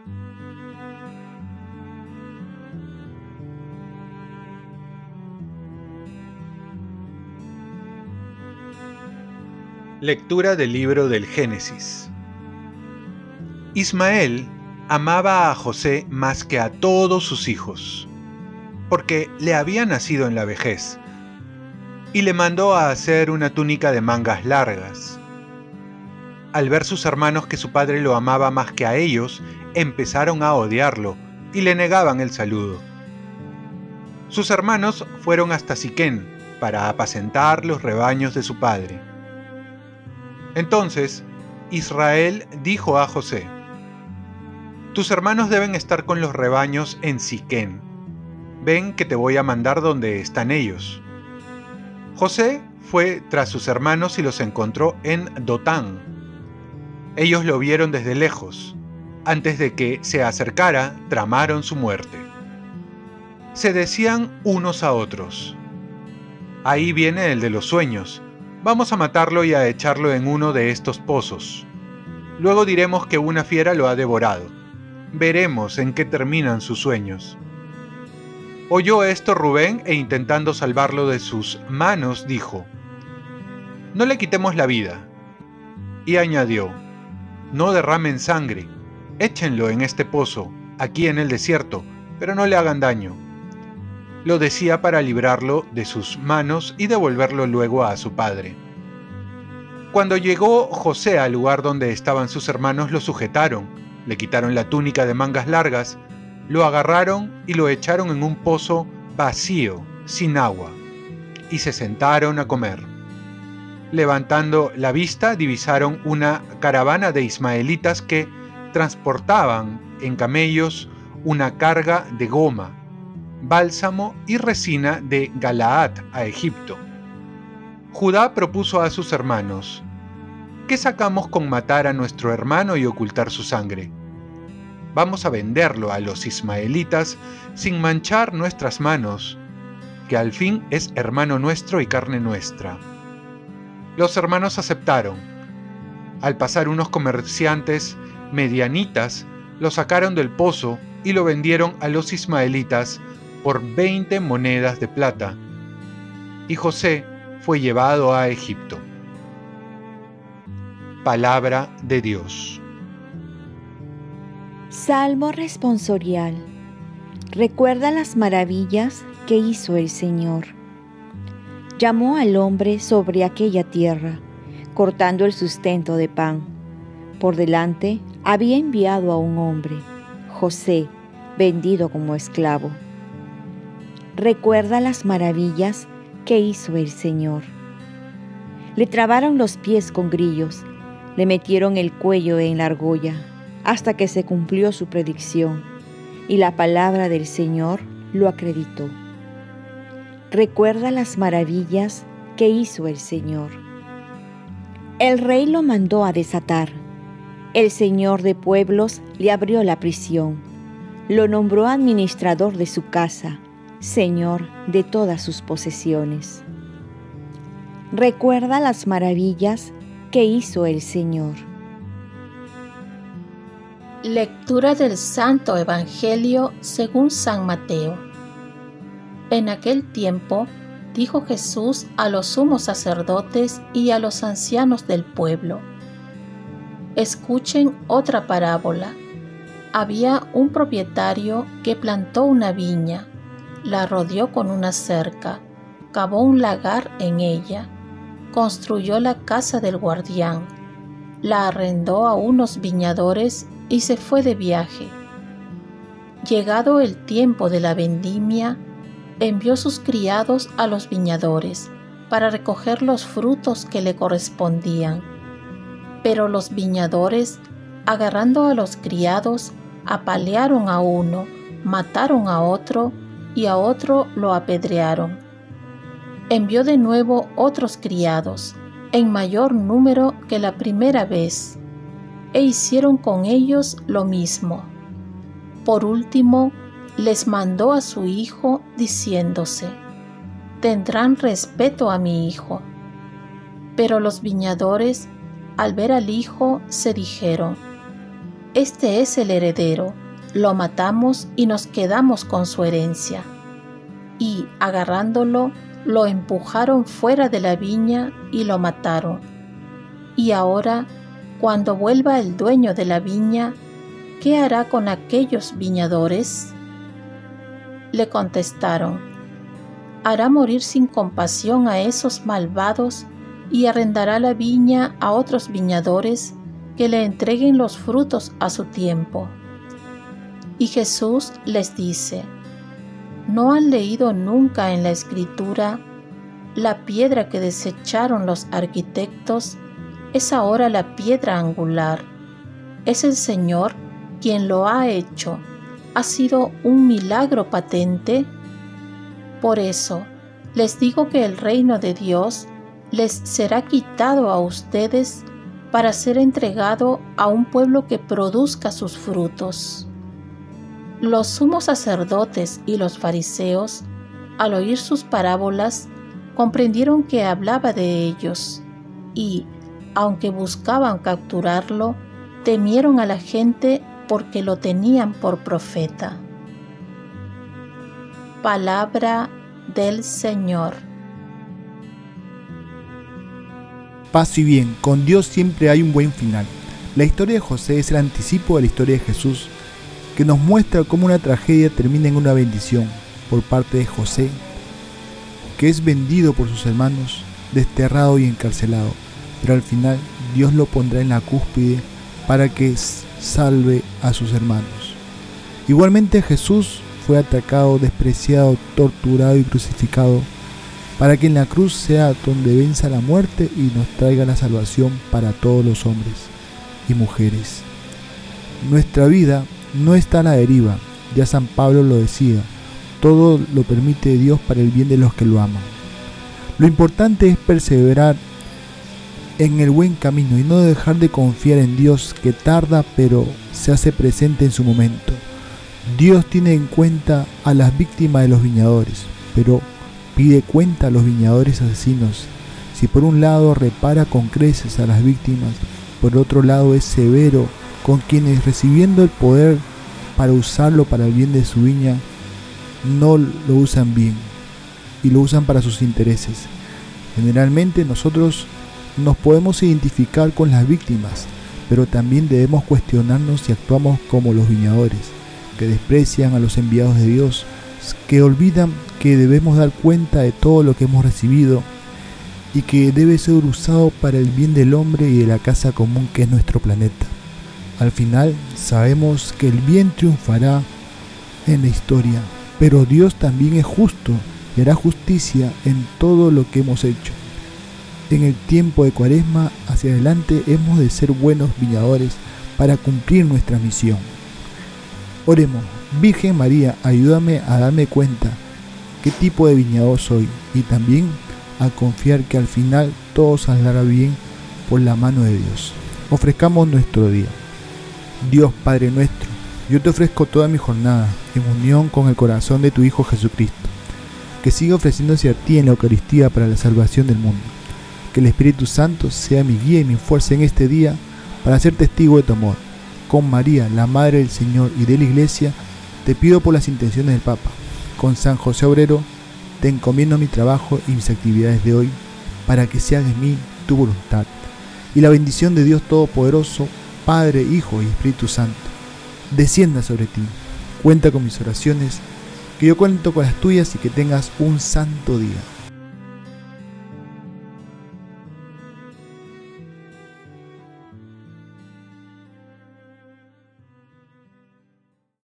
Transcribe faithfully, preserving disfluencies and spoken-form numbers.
Lectura del libro del Génesis. Ismael amaba a José más que a todos sus hijos, porque le había nacido en la vejez, y le mandó a hacer una túnica de mangas largas. Al ver sus hermanos que su padre lo amaba más que a ellos, empezaron a odiarlo y le negaban el saludo. Sus hermanos fueron hasta Siquén para apacentar los rebaños de su padre. Entonces Israel dijo a José: «Tus hermanos deben estar con los rebaños en Siquén. Ven que te voy a mandar donde están ellos». José fue tras sus hermanos y los encontró en Dotán. Ellos lo vieron desde lejos. Antes de que se acercara, tramaron su muerte. Se decían unos a otros: «Ahí viene el de los sueños. Vamos a matarlo y a echarlo en uno de estos pozos. Luego diremos que una fiera lo ha devorado. Veremos en qué terminan sus sueños». Oyó esto Rubén e intentando salvarlo de sus manos dijo: «No le quitemos la vida». Y añadió: «No derramen sangre. Échenlo en este pozo, aquí en el desierto, pero no le hagan daño». Lo decía para librarlo de sus manos y devolverlo luego a su padre. Cuando llegó José al lugar donde estaban sus hermanos, lo sujetaron, le quitaron la túnica de mangas largas, lo agarraron y lo echaron en un pozo vacío, sin agua, y se sentaron a comer. Levantando la vista, divisaron una caravana de ismaelitas que transportaban en camellos una carga de goma, bálsamo y resina de Galaad a Egipto. Judá propuso a sus hermanos: «¿Qué sacamos con matar a nuestro hermano y ocultar su sangre? Vamos a venderlo a los ismaelitas sin manchar nuestras manos, que al fin es hermano nuestro y carne nuestra». Los hermanos aceptaron. Al pasar unos comerciantes medianitas, lo sacaron del pozo y lo vendieron a los ismaelitas por veinte monedas de plata, y José fue llevado a Egipto. Palabra de Dios. Salmo responsorial. Recuerda las maravillas que hizo el Señor. Llamó al hombre sobre aquella tierra, cortando el sustento de pan. Por delante había enviado a un hombre, José, vendido como esclavo. Recuerda las maravillas que hizo el Señor. Le trabaron los pies con grillos, le metieron el cuello en la argolla, hasta que se cumplió su predicción, y la palabra del Señor lo acreditó. Recuerda las maravillas que hizo el Señor. El rey lo mandó a desatar. El Señor de pueblos le abrió la prisión. Lo nombró administrador de su casa, Señor de todas sus posesiones. Recuerda las maravillas que hizo el Señor. Lectura del Santo Evangelio según San Mateo. En aquel tiempo dijo Jesús a los sumos sacerdotes y a los ancianos del pueblo: «Escuchen otra parábola. Había un propietario que plantó una viña, la rodeó con una cerca, cavó un lagar en ella, construyó la casa del guardián, la arrendó a unos viñadores y se fue de viaje. Llegado el tiempo de la vendimia, envió sus criados a los viñadores para recoger los frutos que le correspondían. Pero los viñadores, agarrando a los criados, apalearon a uno, mataron a otro y a otro lo apedrearon. Envió de nuevo otros criados, en mayor número que la primera vez, e hicieron con ellos lo mismo. Por último, les mandó a su hijo diciéndose: «Tendrán respeto a mi hijo». Pero los viñadores, al ver al hijo, se dijeron: este es el heredero, lo matamos y nos quedamos con su herencia. Y, agarrándolo, lo empujaron fuera de la viña y lo mataron. Y ahora, cuando vuelva el dueño de la viña, ¿qué hará con aquellos viñadores? Le contestaron: hará morir sin compasión a esos malvados y arrendará la viña a otros viñadores que le entreguen los frutos a su tiempo. Y Jesús les dice: ¿no han leído nunca en la Escritura: la piedra que desecharon los arquitectos es ahora la piedra angular? Es el Señor quien lo ha hecho. ¿Ha sido un milagro patente? Por eso, les digo que el reino de Dios les será quitado a ustedes para ser entregado a un pueblo que produzca sus frutos. Los sumos sacerdotes y los fariseos, al oír sus parábolas, comprendieron que hablaba de ellos y, aunque buscaban capturarlo, temieron a la gente porque lo tenían por profeta. Palabra del Señor. Paz y bien, con Dios siempre hay un buen final. La historia de José es el anticipo de la historia de Jesús, que nos muestra cómo una tragedia termina en una bendición por parte de José, que es vendido por sus hermanos, desterrado y encarcelado, pero al final Dios lo pondrá en la cúspide para que salve a sus hermanos. Igualmente Jesús fue atacado, despreciado, torturado y crucificado, para que en la cruz sea donde venza la muerte y nos traiga la salvación para todos los hombres y mujeres. Nuestra vida no está a la deriva, ya San Pablo lo decía: todo lo permite Dios para el bien de los que lo aman. Lo importante es perseverar en el buen camino y no dejar de confiar en Dios, que tarda pero se hace presente en su momento. Dios tiene en cuenta a las víctimas de los viñadores, pero pide cuenta a los viñadores asesinos. Si por un lado repara con creces a las víctimas, por otro lado es severo con quienes, recibiendo el poder para usarlo para el bien de su viña, no lo usan bien y lo usan para sus intereses. Generalmente nosotros nos podemos identificar con las víctimas, pero también debemos cuestionarnos si actuamos como los viñadores, que desprecian a los enviados de Dios, que olvidan que debemos dar cuenta de todo lo que hemos recibido y que debe ser usado para el bien del hombre y de la casa común que es nuestro planeta. Al final sabemos que el bien triunfará en la historia, pero Dios también es justo y hará justicia en todo lo que hemos hecho. En el tiempo de Cuaresma hacia adelante hemos de ser buenos viñadores para cumplir nuestra misión. Oremos. Virgen María, ayúdame a darme cuenta qué tipo de viñador soy y también a confiar que al final todo saldrá bien por la mano de Dios. Ofrezcamos nuestro día. Dios Padre nuestro, yo te ofrezco toda mi jornada en unión con el corazón de tu Hijo Jesucristo, que siga ofreciéndose a ti en la Eucaristía para la salvación del mundo. Que el Espíritu Santo sea mi guía y mi fuerza en este día para ser testigo de tu amor. Con María, la Madre del Señor y de la Iglesia, te pido por las intenciones del Papa. Con San José Obrero, te encomiendo mi trabajo y mis actividades de hoy, para que se haga en mí tu voluntad. Y la bendición de Dios Todopoderoso, Padre, Hijo y Espíritu Santo, descienda sobre ti. Cuenta con mis oraciones, que yo cuento con las tuyas y que tengas un santo día.